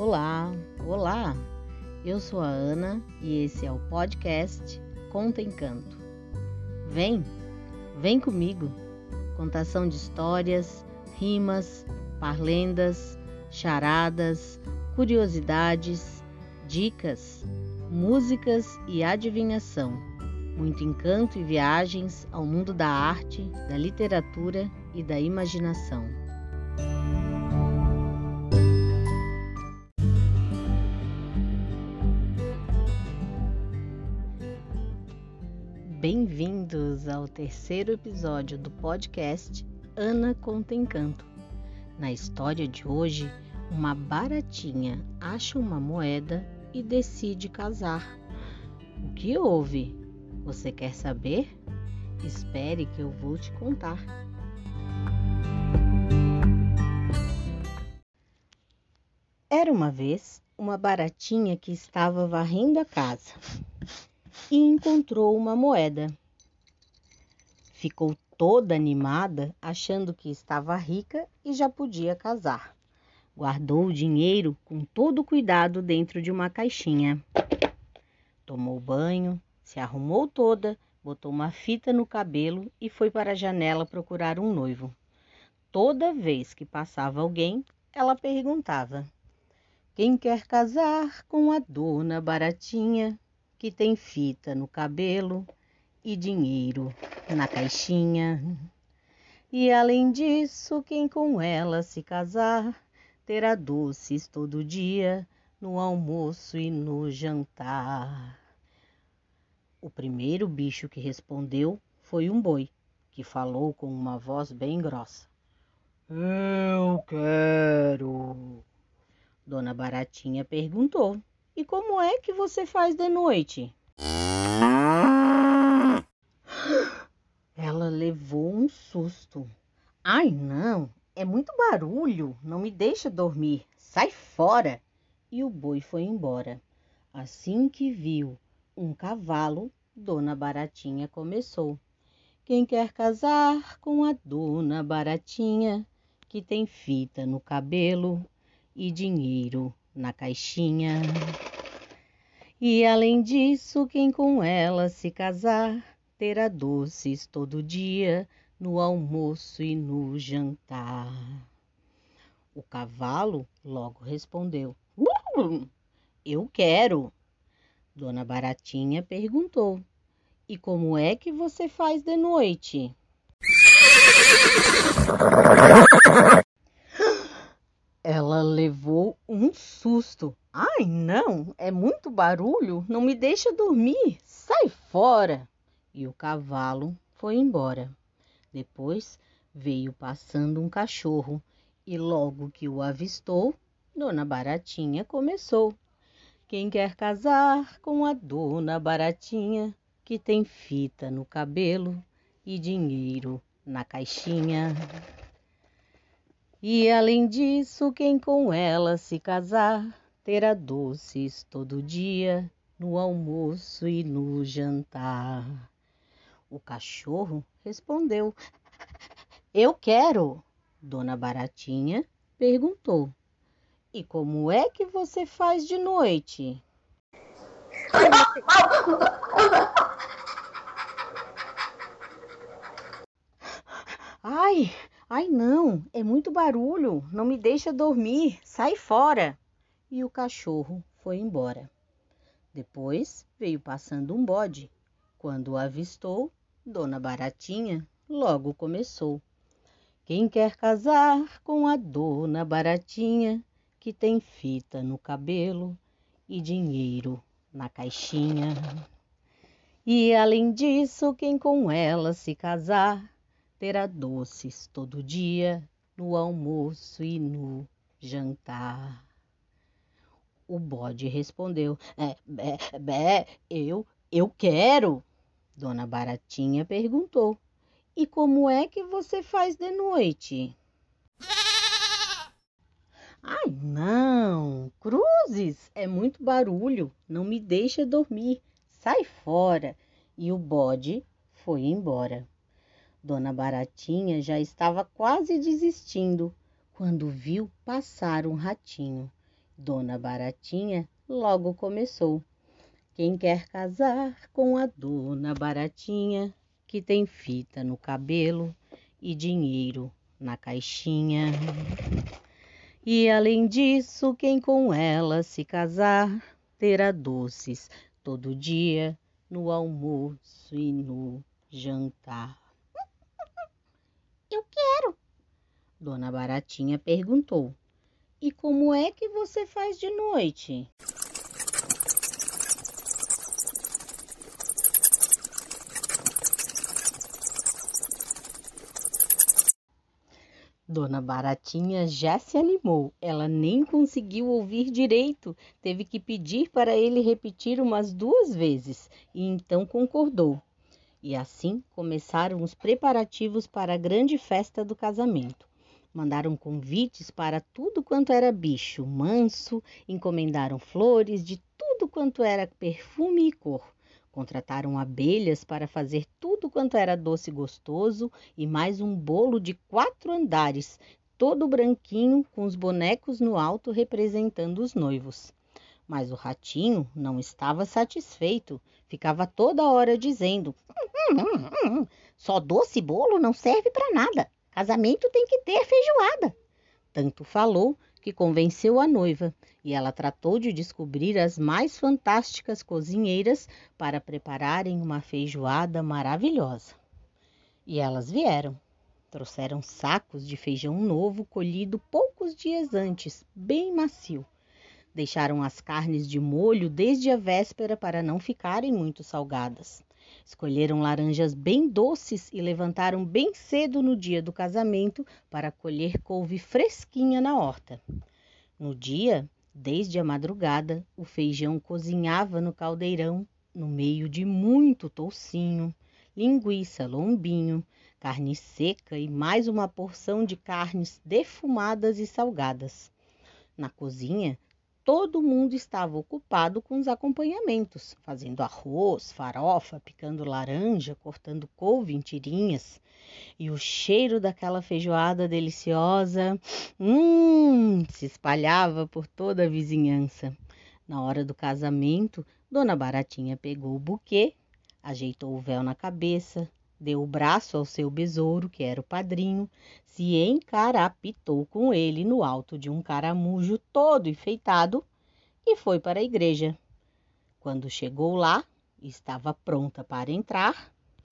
Olá, olá! Eu sou a Ana e esse é o podcast Conta Encanto. Vem comigo! Contação de histórias, rimas, parlendas, charadas, curiosidades, dicas, músicas e adivinhação. Muito encanto e viagens ao mundo da arte, da literatura e da imaginação. Bem-vindos ao terceiro episódio do podcast Ana Conta Encanto. Na história de hoje, uma baratinha acha uma moeda e decide casar. O que houve? Você quer saber? Espere que eu vou te contar. Era uma vez uma baratinha que estava varrendo a casa e encontrou uma moeda. Ficou toda animada, achando que estava rica e já podia casar. Guardou o dinheiro com todo cuidado dentro de uma caixinha. Tomou banho, se arrumou toda, botou uma fita no cabelo e foi para a janela procurar um noivo. Toda vez que passava alguém, ela perguntava: "Quem quer casar com a dona Baratinha, que tem fita no cabelo e dinheiro na caixinha? E além disso, quem com ela se casar, terá doces todo dia, no almoço e no jantar." O primeiro bicho que respondeu foi um boi, que falou com uma voz bem grossa: "Eu quero." Dona Baratinha perguntou: "E como é que você faz de noite?" Ela levou um susto. "Ai, não, é muito barulho, não me deixa dormir, sai fora!" E o boi foi embora. Assim que viu um cavalo, Dona Baratinha começou: "Quem quer casar com a Dona Baratinha, que tem fita no cabelo e dinheiro na caixinha? E além disso, quem com ela se casar, terá doces todo dia, no almoço e no jantar." O cavalo logo respondeu: "Eu quero." Dona Baratinha perguntou: "E como é que você faz de noite?" Ela levou um susto. "Ai, não, é muito barulho, não me deixa dormir, sai fora!" E o cavalo foi embora. Depois veio passando um cachorro e logo que o avistou, Dona Baratinha começou: "Quem quer casar com a Dona Baratinha, que tem fita no cabelo e dinheiro na caixinha? E além disso, quem com ela se casar, terá doces todo dia, no almoço e no jantar." O cachorro respondeu: "Eu quero." Dona Baratinha perguntou: "E como é que você faz de noite?" Ai, não, é muito barulho, não me deixa dormir, sai fora." E o cachorro foi embora. Depois veio passando um bode. Quando o avistou, Dona Baratinha logo começou: "Quem quer casar com a Dona Baratinha, que tem fita no cabelo e dinheiro na caixinha? E além disso, quem com ela se casar, terá doces todo dia, no almoço e no jantar." O bode respondeu: Eu quero." Dona Baratinha perguntou: "E como é que você faz de noite?" "Ai, não, cruzes, é muito barulho, não me deixa dormir, sai fora." E o bode foi embora. Dona Baratinha já estava quase desistindo, quando viu passar um ratinho Dona Baratinha logo começou. Quem quer casar com a Dona Baratinha, que tem fita no cabelo e dinheiro na caixinha. E além disso, quem com ela se casar, terá doces todo dia, no almoço e no jantar. Eu quero, Dona Baratinha perguntou. E como é que você faz de noite? Dona Baratinha já se animou. Ela nem conseguiu ouvir direito. Teve que pedir para ele repetir umas 2 vezes e então concordou. E assim começaram os preparativos para a grande festa do casamento. Mandaram convites para tudo quanto era bicho manso, encomendaram flores de tudo quanto era perfume e cor. Contrataram abelhas para fazer tudo quanto era doce e gostoso e mais um bolo de 4 andares, todo branquinho, com os bonecos no alto representando os noivos. Mas o ratinho não estava satisfeito, ficava toda hora dizendo: só doce e bolo não serve para nada. Casamento tem que ter feijoada. Tanto falou que convenceu a noiva e ela tratou de descobrir as mais fantásticas cozinheiras para prepararem uma feijoada maravilhosa. E elas vieram. Trouxeram sacos de feijão novo colhido poucos dias antes, bem macio. Deixaram as carnes de molho desde a véspera para não ficarem muito salgadas. Escolheram laranjas bem doces e levantaram bem cedo no dia do casamento para colher couve fresquinha na horta. No dia, desde a madrugada, o feijão cozinhava no caldeirão, no meio de muito toucinho, linguiça, lombinho, carne seca e mais uma porção de carnes defumadas e salgadas. Na cozinha, todo mundo estava ocupado com os acompanhamentos, fazendo arroz, farofa, picando laranja, cortando couve em tirinhas. E o cheiro daquela feijoada deliciosa, se espalhava por toda a vizinhança. Na hora do casamento, Dona Baratinha pegou o buquê, ajeitou o véu na cabeça, deu o braço ao seu besouro, que era o padrinho, se encarapitou com ele no alto de um caramujo todo enfeitado e foi para a igreja. Quando chegou lá, estava pronta para entrar.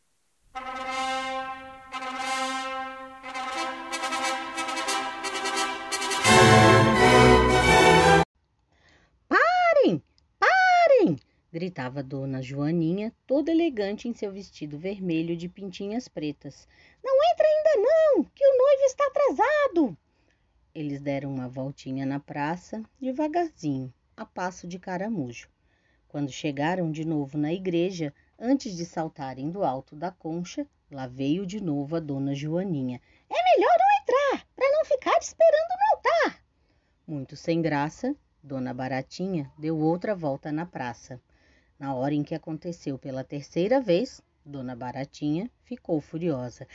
Parem! Parem! Gritava Dona Joaninha, toda elegante em seu vestido vermelho de pintinhas pretas. Não entra ainda não, que o noivo está atrasado! Eles deram uma voltinha na praça, devagarzinho, a passo de caramujo. Quando chegaram de novo na igreja, antes de saltarem do alto da concha, lá veio de novo a Dona Joaninha. É melhor não entrar, para não ficar esperando no altar. Muito sem graça, Dona Baratinha deu outra volta na praça. Na hora em que aconteceu pela 3ª vez, Dona Baratinha ficou furiosa.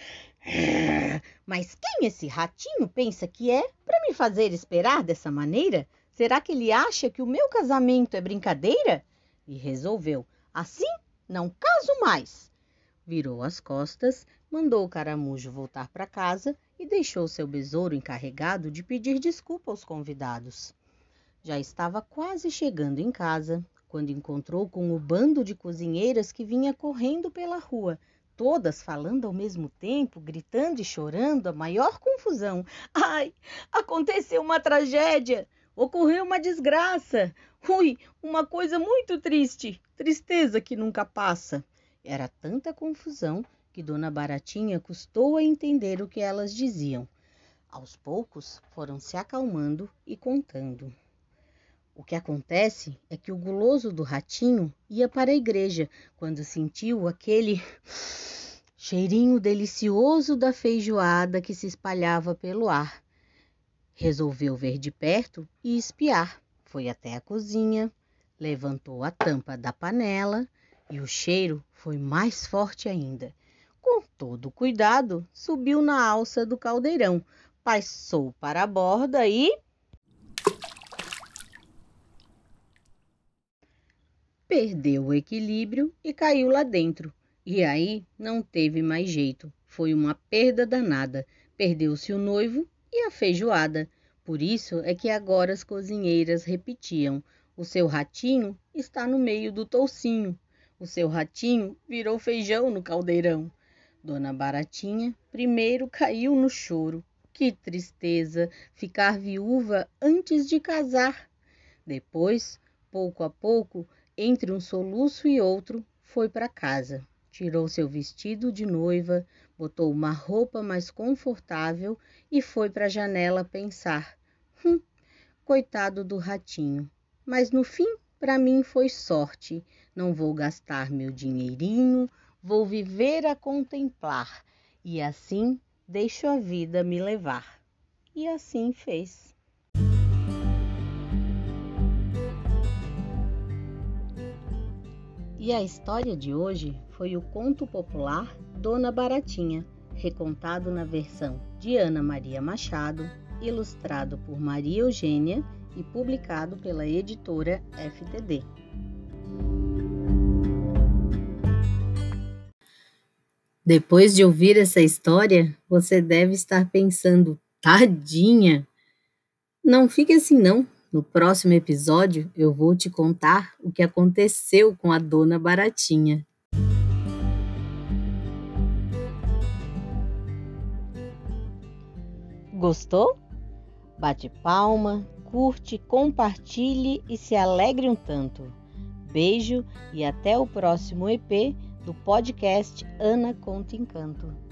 Mas quem esse ratinho pensa que é para me fazer esperar dessa maneira? Será que ele acha que o meu casamento é brincadeira? E resolveu, assim não caso mais. Virou as costas, mandou o caramujo voltar para casa e deixou seu besouro encarregado de pedir desculpa aos convidados. Já estava quase chegando em casa, quando encontrou com o bando de cozinheiras que vinha correndo pela rua, todas falando ao mesmo tempo, gritando e chorando, a maior confusão. Ai, aconteceu uma tragédia! Ocorreu uma desgraça! Ui, uma coisa muito triste! Tristeza que nunca passa! Era tanta confusão que Dona Baratinha custou a entender o que elas diziam. Aos poucos foram se acalmando e contando. O que acontece é que o guloso do ratinho ia para a igreja quando sentiu aquele cheirinho delicioso da feijoada que se espalhava pelo ar. Resolveu ver de perto e espiar. Foi até a cozinha, levantou a tampa da panela e o cheiro foi mais forte ainda. Com todo cuidado, subiu na alça do caldeirão, passou para a borda e perdeu o equilíbrio e caiu lá dentro. E aí não teve mais jeito. Foi uma perda danada. Perdeu-se o noivo e a feijoada. Por isso é que agora as cozinheiras repetiam: o seu ratinho está no meio do toucinho. O seu ratinho virou feijão no caldeirão. Dona Baratinha primeiro caiu no choro. Que tristeza ficar viúva antes de casar. Depois, pouco a pouco, entre um soluço e outro, foi para casa. Tirou seu vestido de noiva, botou uma roupa mais confortável e foi para a janela pensar: coitado do ratinho. Mas no fim, para mim foi sorte. Não vou gastar meu dinheirinho, vou viver a contemplar. E assim deixo a vida me levar. E assim fez. E a história de hoje foi o conto popular Dona Baratinha, recontado na versão de Ana Maria Machado, ilustrado por Maria Eugênia e publicado pela editora FTD. Depois de ouvir essa história, você deve estar pensando: tadinha! Não fique assim não. No próximo episódio, eu vou te contar o que aconteceu com a Dona Baratinha. Gostou? Bate palma, curte, compartilhe e se alegre um tanto. Beijo e até o próximo EP do podcast Ana Conta Encanto.